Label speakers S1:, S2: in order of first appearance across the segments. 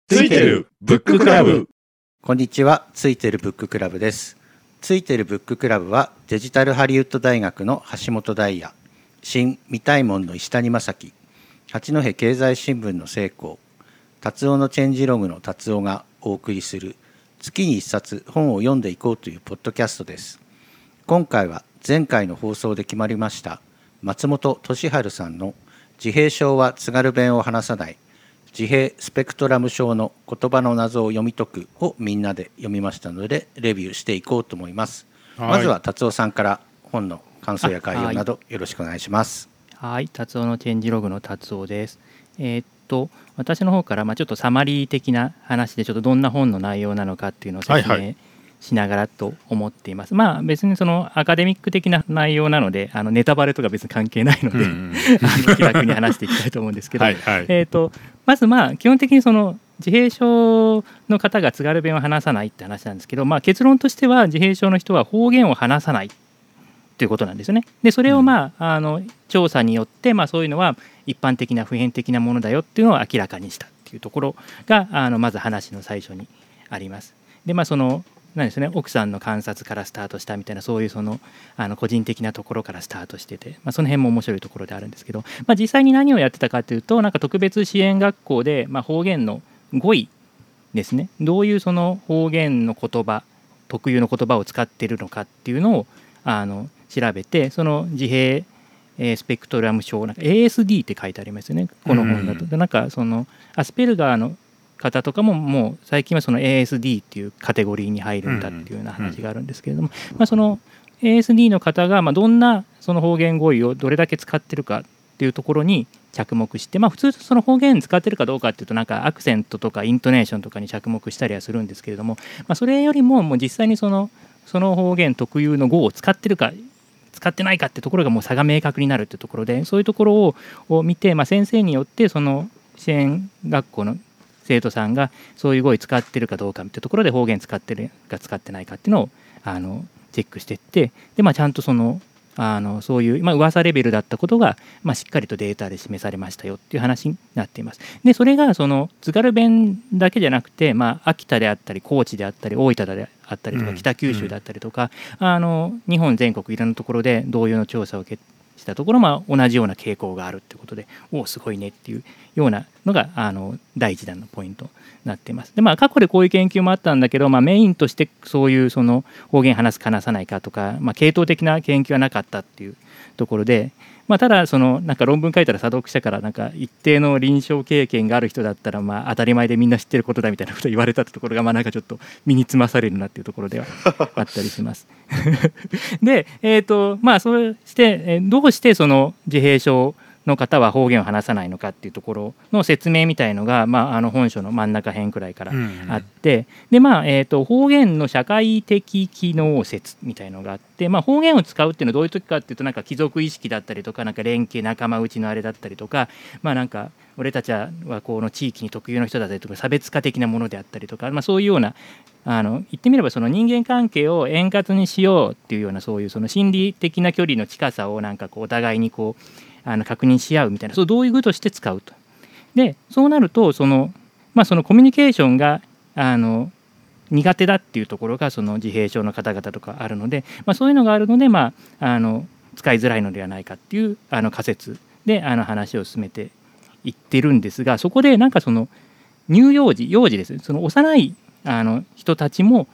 S1: ついてるブッククラブ。
S2: こんにちは、ついてるブッククラブです。ついてるブッククラブはデジタルハリウッド大学の橋本大也、新未対門の石谷正樹、八戸経済新聞の成功、達夫のチェンジログの達夫がお送りする月に一冊本を読んでいこうというポッドキャストです。今回は前回の放送で決まりました松本俊治さんの自閉症は津軽弁を話さない自閉スペクトラム症の言葉の謎を読み解くをみんなで読みましたのでレビューしていこうと思います。まずは達夫さんから本の感想や概要などよろしくお願いします。
S3: はい、達夫のチェンジログの達夫です。私の方からちょっとサマリー的な話でちょっとどんな本の内容なのかっていうのを説明しながらと思っています。別にそのアカデミック的な内容なのでネタバレとか別に関係ないので、気楽に話していきたいと思うんですけどまず基本的にその自閉症の方が津軽弁を話さないって話なんですけど、結論としては自閉症の人は方言を話さないということなんですよね。でそれを調査によってそういうのは一般的な普遍的なものだよっていうのを明らかにしたっていうところがまず話の最初にあります。でそのなんですね、奥さんの観察からスタートしたみたいなそういうその個人的なところからスタートしてて、その辺も面白いところであるんですけど、実際に何をやってたかというと特別支援学校で方言の語彙ですね、どういうその方言の言葉特有の言葉を使っているのかっていうのを調べて、その自閉スペクトラム症ASD って書いてありますよね、この本だと。でそのアスペルガーの方とかももう最近はその ASD っていうカテゴリーに入るんだっていうような話があるんですけれども、その ASD の方がどんなその方言語彙をどれだけ使ってるかっていうところに着目して、普通その方言使ってるかどうかっていうとアクセントとかイントネーションとかに着目したりはするんですけれども、それよりも実際にその方言特有の語を使ってるか使ってないかってところがもう差が明確になるっていうところで、そういうところを見て、先生によってその支援学校の生徒さんがそういう語彙使ってるかどうかっていうところで方言使ってるか使ってないかっていうのをチェックしていって、でちゃんとそういう噂レベルだったことがしっかりとデータで示されましたよっていう話になっています。でそれがその津軽弁だけじゃなくて、秋田であったり高知であったり大分であったりとか北九州であったりとか、日本全国いろんなところで同様の調査を受けしたところ、同じような傾向があるってことで、すごいねっていうようなのが第一弾のポイントになっています。で過去でこういう研究もあったんだけど、メインとしてそういうその方言話すか話さないかとか、系統的な研究はなかったっていうところで、ただその論文書いたら査読者から一定の臨床経験がある人だったら当たり前でみんな知ってることだみたいなことを言われたってところがちょっと身につまされるなっていうところではあったりします。でそうしてどうしてその自閉症の方は方言を話さないのかっていうところの説明みたいのが、本書の真ん中辺くらいからあって、で方言の社会的機能説みたいのがあって、方言を使うっていうのはどういう時かっていうと貴族意識だったりとか連携仲間内のあれだったりとか、俺たちはこの地域に特有の人だったりとか差別化的なものであったりとか、そういうような言ってみればその人間関係を円滑にしようっていうようなそういうその心理的な距離の近さをお互いに確認し合うみたいな、そう道具として使うと。でそうなるとそのコミュニケーションが苦手だっていうところがその自閉症の方々とかあるので、そういうのがあるので使いづらいのではないかっていう仮説で話を進めていってるんですが、そこでその乳幼児ですね、その幼い人たちも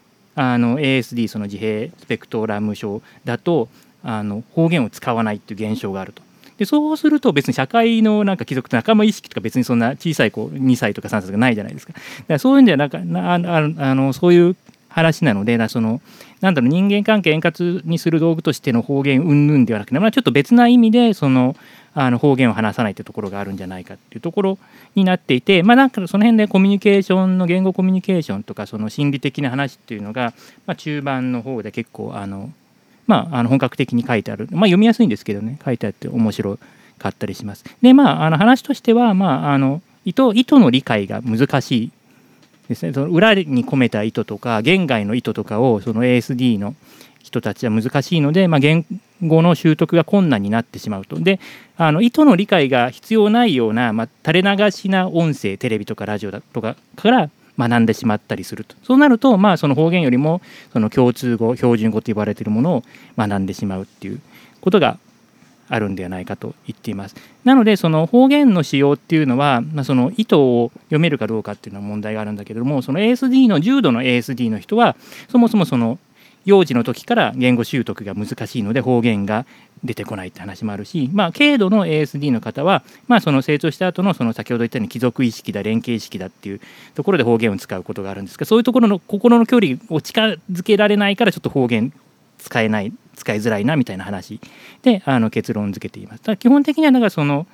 S3: ASD その自閉スペクトラム症だと方言を使わないっていう現象があると。でそうすると別に社会の貴族と仲間意識とか別にそんな小さい子2歳とか3歳とかないじゃないですか。だからそういうんではそういう話なので、人間関係円滑にする道具としての方言云々ではなくて、ちょっと別な意味でその方言を話さないというところがあるんじゃないかっていうところになっていて、その辺でコミュニケーションの言語コミュニケーションとかその心理的な話っていうのが、中盤の方で結構本格的に書いてある、読みやすいんですけどね、書いてあって面白かったりします。で話としては意図の理解が難しいですね。その裏に込めた意図とか言外の意図とかをその ASD の人たちは難しいので、言語の習得が困難になってしまうと。で意図の理解が必要ないような、垂れ流しな音声、テレビとかラジオだとかから学んでしまったりすると。そうなると、その方言よりもその共通語、標準語と呼ばれているものを学んでしまうっていうことがあるんではないかと言っています。なのでその方言の使用っていうのは、その意図を読めるかどうかっていうのは問題があるんだけれども、その ASD の重度の ASD の人はそもそもその幼児の時から言語習得が難しいので方言が出てこないって話もあるし、軽度の ASD の方は、その成長した後のその先ほど言ったように帰属意識だ、連携意識だっていうところで方言を使うことがあるんですが、そういうところの心の距離を近づけられないからちょっと方言使いづらいなみたいな話で結論付けています。ただ基本的にはだからその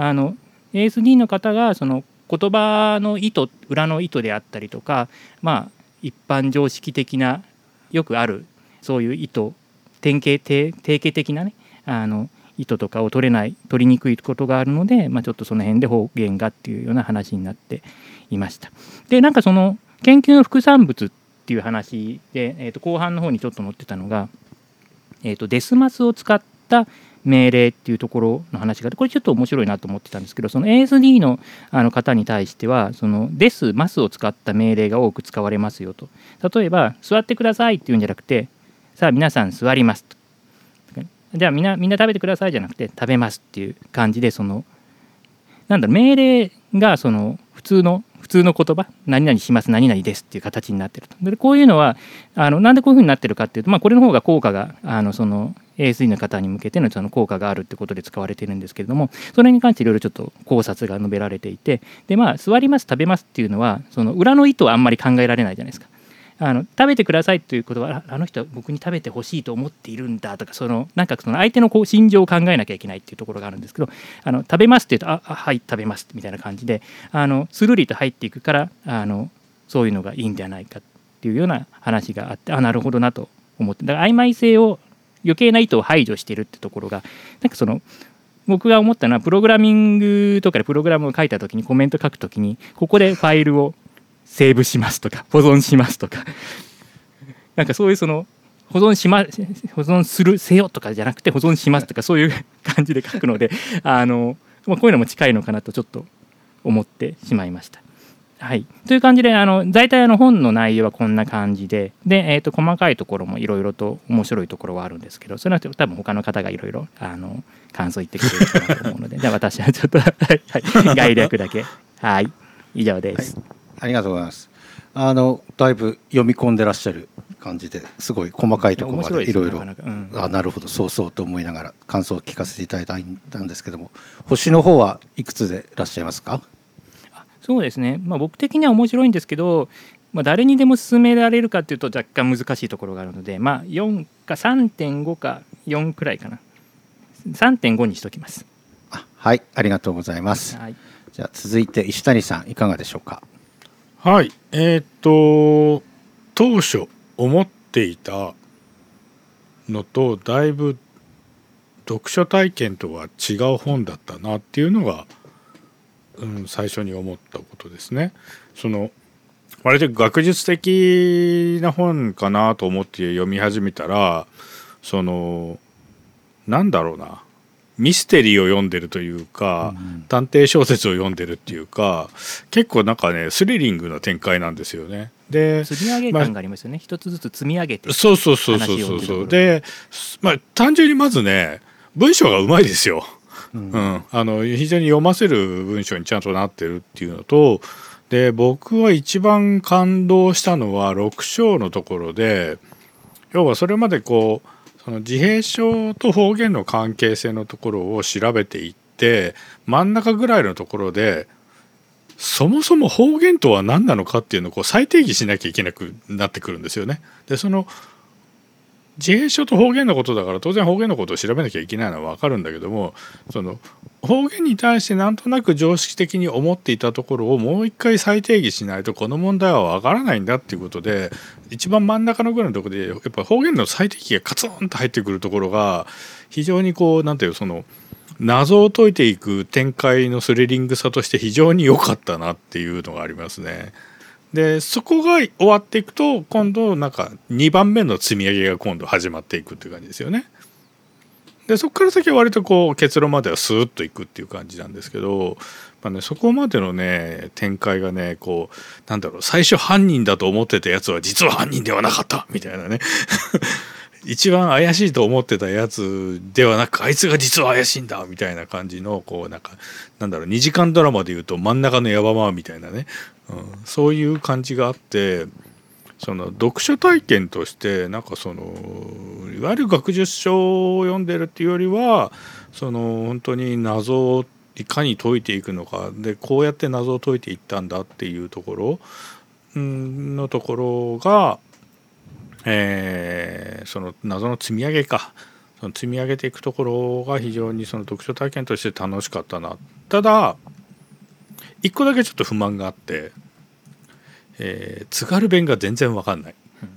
S3: ASD の方がその言葉の意図、裏の意図であったりとか、一般常識的なよくあるそういう意図、定型的なね意図とかを取りにくいことがあるので、ちょっとその辺で方言がっていうような話になっていました。でなんかその研究の副産物っていう話で、後半の方にちょっと載ってたのが、デスマスを使った命令っていうところの話があって、これちょっと面白いなと思ってたんですけど、その ASD の方に対してはそのデスマスを使った命令が多く使われますよと。例えば座ってくださいっていうんじゃなくて、さあ皆さん座りますと。じゃあみんな食べてくださいじゃなくて食べますっていう感じで、その命令がその普通の言葉、何々します、何々ですっていう形になっていると。でこういうのはなんでこういうふうになっているかっていうと、これの方が効果がその ASD の方に向けてのその効果があるってことで使われているんですけれども、それに関していろいろちょっと考察が述べられていて、で座ります、食べますっていうのはその裏の意図はあんまり考えられないじゃないですか。食べてくださいということは、あの人は僕に食べてほしいと思っているんだとか、なんかその相手の心情を考えなきゃいけないっていうところがあるんですけど、食べますって言うとはい食べますみたいな感じでスルリと入っていくからそういうのがいいんではないかっていうような話があって、なるほどなと思って、だから曖昧性を、余計な意図を排除しているってところが、なんかその僕が思ったのは、プログラミングとかでプログラムを書いた時に、コメント書く時にここでファイルをセーブしますとか保存しますとか、なんかそういうその保存するせよとかじゃなくて保存しますとか、そういう感じで書くのでこういうのも近いのかなとちょっと思ってしまいました。はい、という感じで大体本の内容はこんな感じで、細かいところもいろいろと面白いところはあるんですけど、それは多分他の方がいろいろ感想言ってくれるかなと思うのでじゃあ私はちょっと概略だけはい以上です。
S2: ありがとうございます。だいぶ読み込んでらっしゃる感じで、すごい細かいところまでいろいろ、なるほど、そうと思いながら感想を聞かせていただいたんですけども、星の方はいくつでいらっしゃいますか？
S3: そうですね、僕的には面白いんですけど、誰にでも勧められるかっていうと若干難しいところがあるので、4か 3.5 か4くらいかな、 3.5 にしときます。
S2: はい、ありがとうございます。はい、じゃあ続いて石谷さんいかがでしょうか？
S1: はい、当初思っていたのとだいぶ読書体験とは違う本だったなっていうのが、最初に思ったことですね。割と学術的な本かなと思って読み始めたら、なんだろうな、ミステリーを読んでるというか、探偵小説を読んでるっていうか、結構なんかねスリリングな展開なんですよね。で
S3: 積み上げ感がありますよね、一つずつ積み上げて
S1: そうで、単純にまずね文章がうまいですよ。非常に読ませる文章にちゃんとなってるっていうのと、で僕は一番感動したのは6章のところで、要はそれまでその自閉症と方言の関係性のところを調べていって、真ん中ぐらいのところでそもそも方言とは何なのかっていうのを再定義しなきゃいけなくなってくるんですよね。でその自閉症と方言のことだから当然方言のことを調べなきゃいけないのは分かるんだけども、その方言に対してなんとなく常識的に思っていたところをもう一回再定義しないとこの問題は分からないんだっていうことで、一番真ん中のぐらいのところでやっぱ方言の再定義がカツンと入ってくるところが非常になんていう、その謎を解いていく展開のスリリングさとして非常に良かったなっていうのがありますね。 でそこが終わっていくと今度なんか2番目の積み上げが今度始まっていくっていう感じですよね。でそこから先は割とこう結論まではスーッといくっていう感じなんですけど、そこまでのね展開がねこうなんだろう、最初犯人だと思ってたやつは実は犯人ではなかったみたいなね一番怪しいと思ってたやつではなくあいつが実は怪しいんだみたいな感じのこうなんだろう2時間ドラマでいうと真ん中のヤバマみたいなね、そういう感じがあって、その読書体験としてなんかそのいわゆる学術書を読んでるっていうよりはその本当に謎をいかに解いていくのかでこうやって謎を解いていったんだっていうところのところが、その謎の積み上げかその積み上げていくところが非常にその読書体験として楽しかったな。ただ一個だけちょっと不満があって、津軽弁が全然わかんない。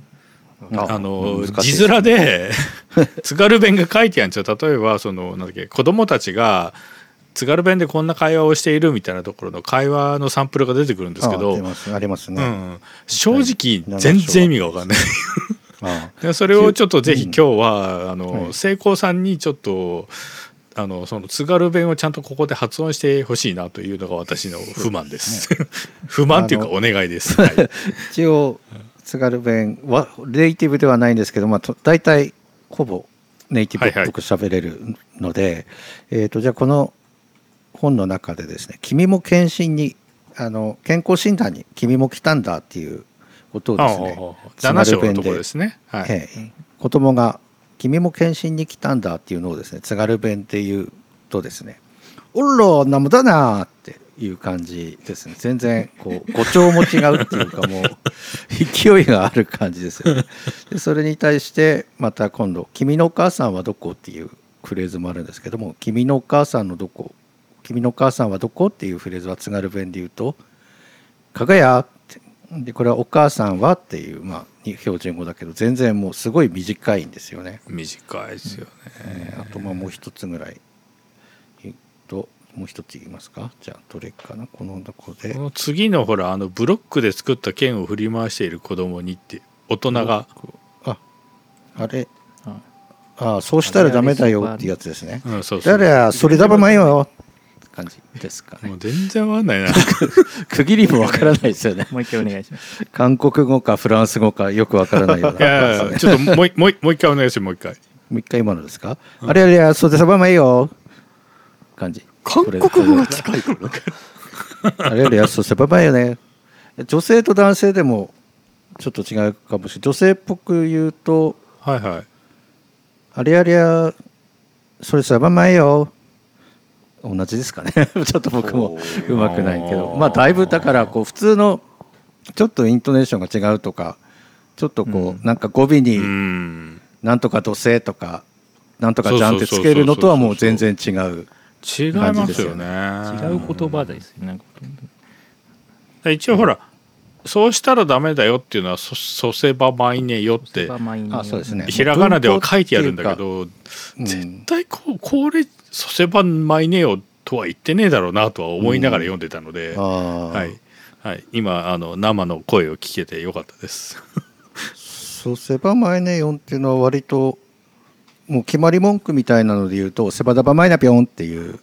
S1: 字面で津軽弁が書いてあるんですよ。例えばそのなんだっけ子供たちが津軽弁でこんな会話をしているみたいなところの会話のサンプルが出てくるんですけど、
S2: ありますね、
S1: 正直全然意味が分かんないそれをちょっとぜひ今日は聖光さんにちょっとその津軽弁をちゃんとここで発音してほしいなというのが私の不満です、不満っていうかお願いです、はい、
S2: 一応津軽弁はネイティブではないんですけど、大体ほぼネイティブっぽく喋れるので、じゃあこの本の中でですね、君も検診に健康診断に君も来たんだっていうことをですね、
S1: 7章のところですね、はい、
S2: 子供が君も検診に来たんだっていうのをですね津軽弁っていうとですね、おらなむだなっていう感じですね。全然こう語調も違うっていうかもう勢いがある感じですよね。でそれに対してまた今度君のお母さんはどこっていうフレーズもあるんですけども、君のお母さんのどこ、君のお母さんはどこっていうフレーズは津軽弁で言うとかがやって、でこれはお母さんはっていう、標準語だけど全然もうすごい短いんですよね。
S1: 短いですよね、
S2: あともう一つぐらいもう一つ言いますか。じゃあどれかな、このとこで
S1: この次のほらブロックで作った剣を振り回している子供にって大人が
S2: あれそうしたらダメだよってやつですね。
S1: 誰
S2: やそれだばまよ感じですかね。
S1: もう全然わかんないな
S2: 区切りもわからないですよね。
S3: もう一回お願いします。
S2: 韓国語かフランス語かよくわからないような。
S1: いやちょっともう一回お願いします。もう一回
S2: 今のですか、あれそれだばまよ感じ。
S4: 韓国語が近いから
S2: あれそうせばまよね。女性と男性でもちょっと違うかもしれない。女性っぽく言うとあれそれせばまよ同じですかねちょっと僕もうまくないけど、だいぶだからこう普通のちょっとイントネーションが違うとか、ちょっとこうなんか語尾になんとか土星とかなんとかじゃんってつけるのとはもう全然違う
S1: 違いますよね。
S3: 違う言葉ですよね。
S1: 一応ほらそうしたらダメだよっていうのはそせばまいねよって
S2: そうですね、
S1: ひらがなでは書いてあるんだけど、絶対これそせばまいねよとは言ってねえだろうなとは思いながら読んでたので、今生の声を聞けてよかったです
S2: そせばまいねよっていうのは割ともう決まり文句みたいなので言うとセバダバマイナピョンっていう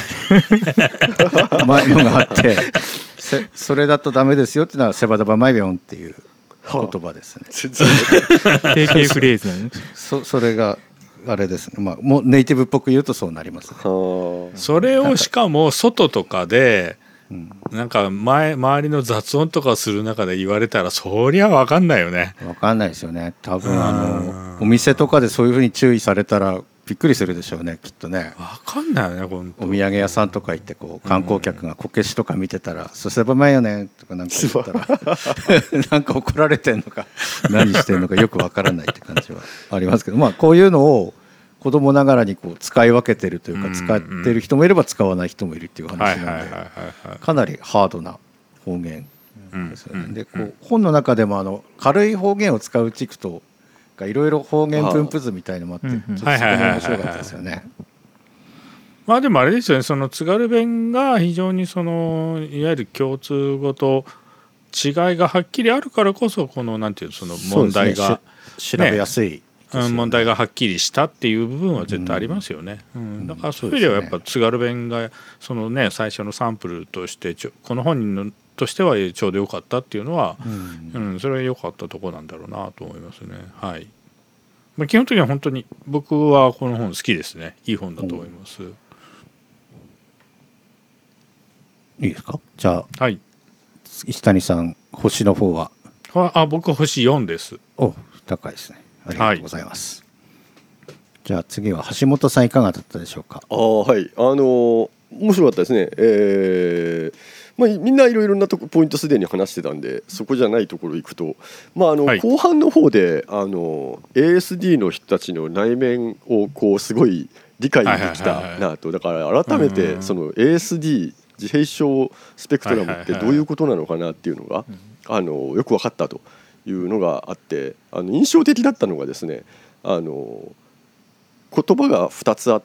S2: のがあってそれだとダメですよっていうのはセバダバマイビョンっていう言葉ですね。
S3: 定型フレーズなんです。
S2: それがあれですね。もうネイティブっぽく言うとそうなりますね。
S1: それをしかも外とかでなんか周りの雑音とかする中で言われたらそりゃ分かんないよね。
S2: 分かんないですよね。多分お店とかでそういうふうに注意されたらびっくりするでしょうね、きっとね。
S1: 分かんないよね。
S2: お土産屋さんとか行ってこう観光客がこけしとか見てたら「そせばまいよね」とかなんか言ったらなんか怒られてんのか何してんのかよく分からないって感じはありますけど、こういうのを子供ながらにこう使い分けてるというか、使ってる人もいれば使わない人もいるっていう話なので、かなりハードな方言ですよね。でこう本の中でも軽い方言を使う地区といろいろ方言分布図みたいのもあって、ちょっとそこも面白かったですよね。
S1: でもあれですよね、その津軽弁が非常にそのいわゆる共通語と違いがはっきりあるからこそこのなんていうその問題が、
S2: 調べやすいですよね、
S1: 問題がはっきりしたっていう部分は絶対ありますよね。だからそういう意味ではやっぱ津軽弁がそのね最初のサンプルとしてこの本人のとしてはちょうど良かったっていうのは、それは良かったところなんだろうなと思いますね。はい。まあ、基本的には本当に僕はこの本好きですね。いい本だと思います。
S2: いいですか。じゃあ、
S1: はい、
S2: 石谷さん星の方は。
S1: 僕は星4です。
S2: お、高いですね。ありがとうございます。じゃあ次は橋本さんいかがだったでしょうか。
S4: はい、面白かったですね。まあ、みんないろいろなポイントすでに話してたんでそこじゃないところ行くと、まあ
S1: はい、
S4: 後半の方でASD の人たちの内面をこうすごい理解できたなと。だから改めてその ASD 自閉症スペクトラムってどういうことなのかなっていうのがよく分かったというのがあって、印象的だったのがですね、言葉が2つあって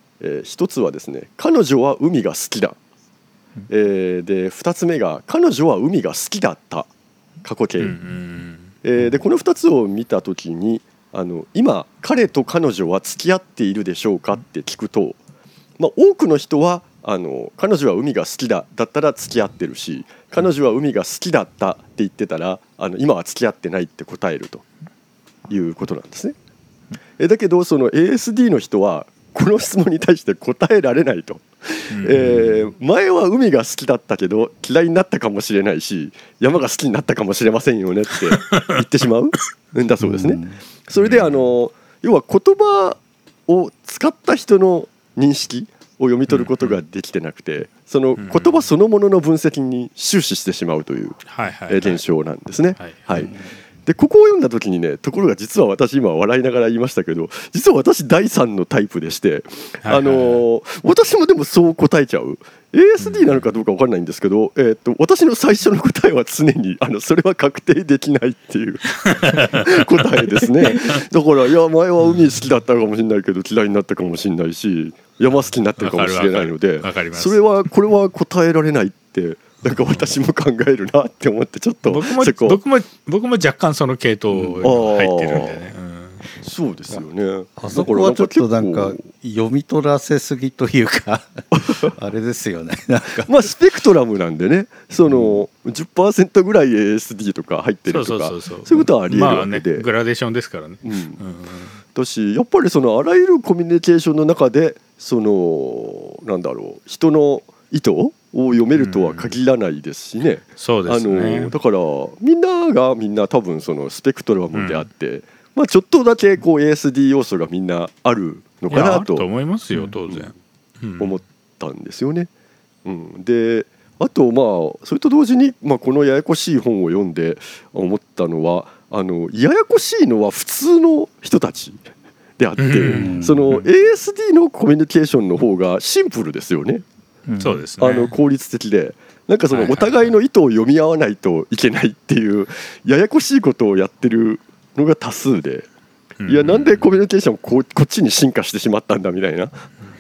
S4: 、1つはですね彼女は海が好きだ、で2つ目が彼女は海が好きだった過去形、でこの2つを見た時に今彼と彼女は付き合っているでしょうかって聞くと、まあ、多くの人は彼女は海が好きだだったら付き合ってるし彼女は海が好きだったって言ってたら今は付き合ってないって答えるということなんですね。だけどその ASD の人はこの質問に対して答えられないと、前は海が好きだったけど嫌いになったかもしれないし山が好きになったかもしれませんよねって言ってしまうんだそうですね。それで要は言葉を使った人の認識を読み取ることができてなくてその言葉そのものの分析に終始してしまうという現象なんですね。でここを読んだ時にねところが実は私今笑いながら言いましたけど実は私第3のタイプでして、私もでもそう答えちゃう ASD なのかどうか分かんないんですけど、私の最初の答えは常にそれは確定できないっていう答えですね。だからいや前は海好きだったかもしれないけど嫌いになったかもしれないし山好きになってるかもしれないのでこれは答えられないってなんか私も考えるなって思ってちょっと
S1: 僕も若干その系統入ってるんでね、
S4: そうですよね。
S2: あそこはちょっとなんか読み取らせすぎというかあれですよね。なんか
S4: まあスペクトラムなんでねその 10% ぐらい ASD とか入ってるとかそういうことはあり得るわけで、
S1: グラデーションですからね。
S4: だしやっぱりそのあらゆるコミュニケーションの中でそのなんだろう人の意図を読めるとは限らないですしね。
S1: そうですね。
S4: だからみんな多分そのスペクトラムであって、まあ、ちょっとだけこう ASD 要素がみんなあるのかなと
S1: 思いますよ当然、
S4: 思ったんですよね。であとまあそれと同時に、まあ、このややこしい本を読んで思ったのはややこしいのは普通の人たちであって、その ASD のコミュニケーションの方がシンプルですよね。
S1: そうですね。
S4: 効率的でなんかそのお互いの意図を読み合わないといけないっていうややこしいことをやってるのが多数で、いやなんでコミュニケーションこっちに進化してしまったんだみたいな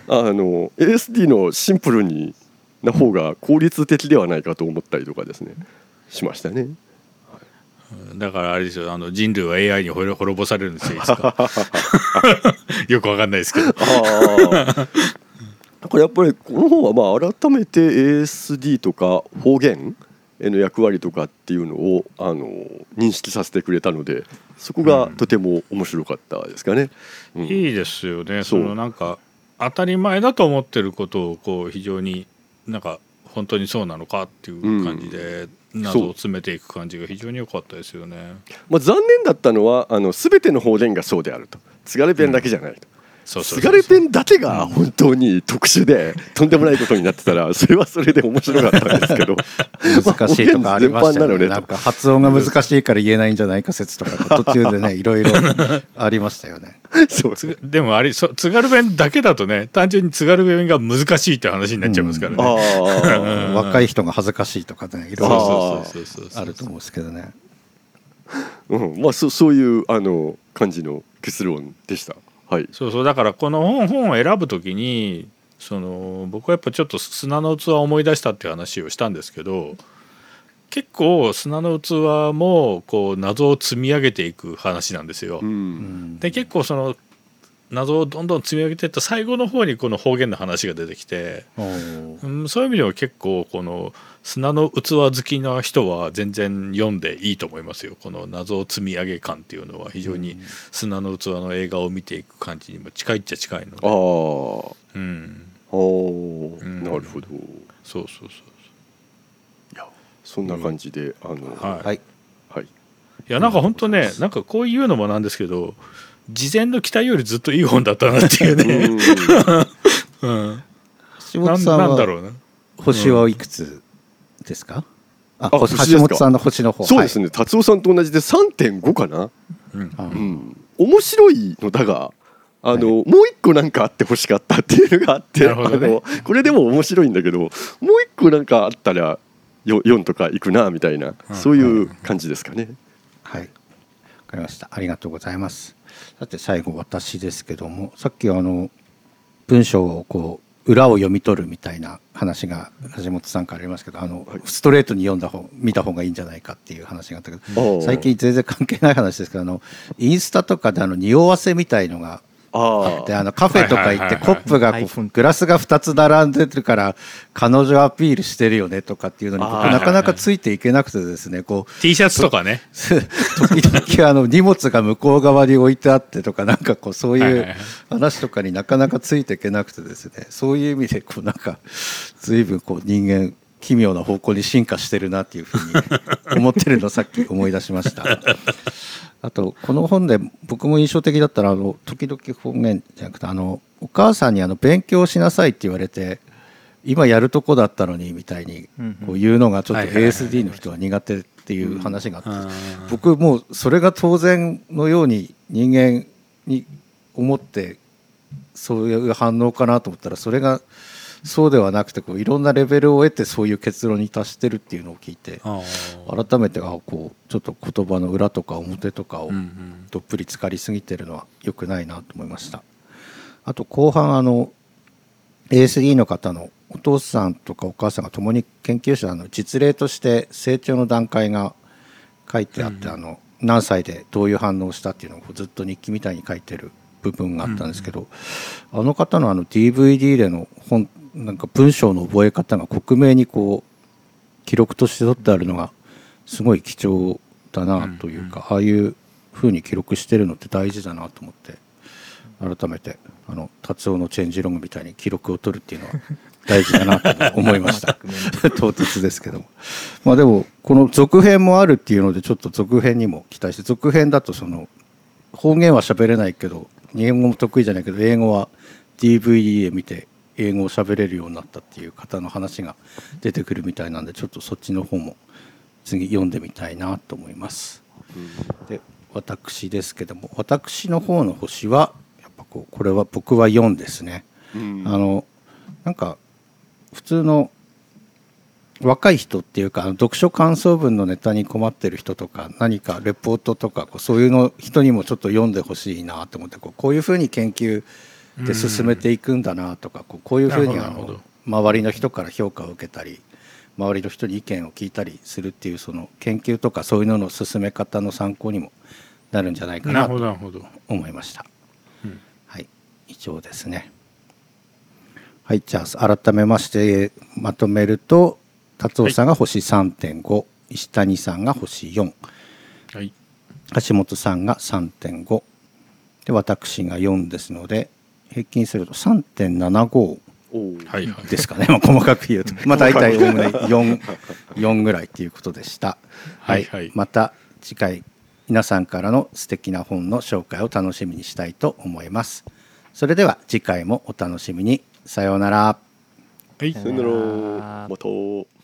S4: ASD のシンプルにな方が効率的ではないかと思ったりとかですねしましたね。
S1: だからあれですよ人類は AI に滅ぼされるんですよいつかよくわかんないですけど
S4: これやっぱりこの本はまあ改めて ASD とか方言の役割とかっていうのを認識させてくれたのでそこがとても面白かったですかね。
S1: いいですよね。そのなんか当たり前だと思ってることをこう非常になんか本当にそうなのかっていう感じで謎を詰めていく感じが非常に良かったですよね。
S4: まあ、残念だったのは全ての方言がそうであると津軽弁だけじゃないと。津軽弁だけが本当に特殊でとんでもないことになってたらそれはそれで面白かったんですけど
S2: 難しいとかありましたよね。なんか発音が難しいから言えないんじゃないか説とか途中でねいろいろありましたよね。
S1: そうでも津軽弁だけだとね単純に津軽弁が難しいって話になっちゃいますからね。
S2: 若い人が恥ずかしいとかねいろいろあると思うんですけどね。
S4: まあそういう感じの結論でした。
S1: そうだからこの本を選ぶときに僕はやっぱちょっと砂の器を思い出したっていう話をしたんですけど結構砂の器もこう謎を積み上げていく話なんですよ。で結構その謎をどんどん積み上げていった最後の方にこの方言の話が出てきて、そういう意味では結構この砂の器好きな人は全然読んでいいと思いますよ。この謎を積み上げ感っていうのは非常に砂の器の映画を見ていく感じにも近いっちゃ近いので。
S4: なるほど。
S1: そう
S4: いやそんな感じで
S1: はい。いやなんか本当ね、なんかこういうのもなんですけど、事前の期待よりずっといい本だったなっていうね。
S2: 橋本さんは星はいくつですか？橋本さんの星の方。
S4: そうですね、達夫さんと同じで 3.5 かな。面白いのだがもう一個なんかあってほしかったっていうのがあって、これでも面白いんだけどもう一個なんかあったら4とかいくなみたいな、そういう感じですかね。
S2: はい、わかりました。ありがとうございます。さて最後私ですけども、さっき文章をこう裏を読み取るみたいな話が橋本さんからありますけど、ストレートに見た方がいいんじゃないかっていう話があったけど、最近全然関係ない話ですけど、インスタとかで匂わせみたいのがあって、カフェとか行ってコップがグラスが2つ並んでるから彼女アピールしてるよねとかっていうのに僕なかなかついていけなくてですね、こう
S1: T シャツとかね
S2: 時々荷物が向こう側に置いてあってとか、なんかこうそういう話とかになかなかついていけなくてですね、そういう意味でこうなんか随分こう人間奇妙な方向に進化してるなっていうふうに思ってるのをさっき思い出しました。あとこの本で僕も印象的だったら時々方言じゃなくてお母さんに勉強しなさいって言われて今やるとこだったのにみたいにこう言うのがちょっと ASD の人は苦手っていう話があって、僕もうそれが当然のように人間に思ってそういう反応かなと思ったら、それがそうではなくてこういろんなレベルを得てそういう結論に達してるっていうのを聞いて、改めてこうちょっと言葉の裏とか表とかをどっぷり浸かりすぎてるのは良くないなと思いました。あと後半ASD の方のお父さんとかお母さんが共に研究者の実例として成長の段階が書いてあって、何歳でどういう反応をしたっていうのをずっと日記みたいに書いてる部分があったんですけど、あの方のDVD での本なんか文章の覚え方が克明にこう記録として取ってあるのがすごい貴重だなというか、ああいう風に記録してるのって大事だなと思って、改めて達夫のチェンジログみたいに記録を取るっていうのは大事だなと思いました唐突ですけども、でもこの続編もあるっていうのでちょっと続編にも期待して、続編だと方言は喋れないけど日本語も得意じゃないけど英語は DVD で見て英語を喋れるようになったっていう方の話が出てくるみたいなんで、ちょっとそっちの方も次読んでみたいなと思います。で私ですけども、私の方の星はやっぱこれは僕は4ですね。なんか普通の若い人っていうか読書感想文のネタに困ってる人とか何かレポートとかそういうの人にもちょっと読んでほしいなと思って、こういうふうに研究で進めていくんだなとか、こういうふうに周りの人から評価を受けたり周りの人に意見を聞いたりするっていうその研究とかそういうのの進め方の参考にもなるんじゃないかなと思いました。はい、以上ですね。はい、じゃあ改めましてまとめると、達夫さんが星 3.5、石谷さんが星4、橋本さんが 3.5 で私が4ですので、平均すると 3.75 ですかね、細かく言うと大体おおむね 4ぐらいということでした。また次回皆さんからの素敵な本の紹介を楽しみにしたいと思います。それでは次回もお楽しみに。さようなら。
S4: さようなら。また。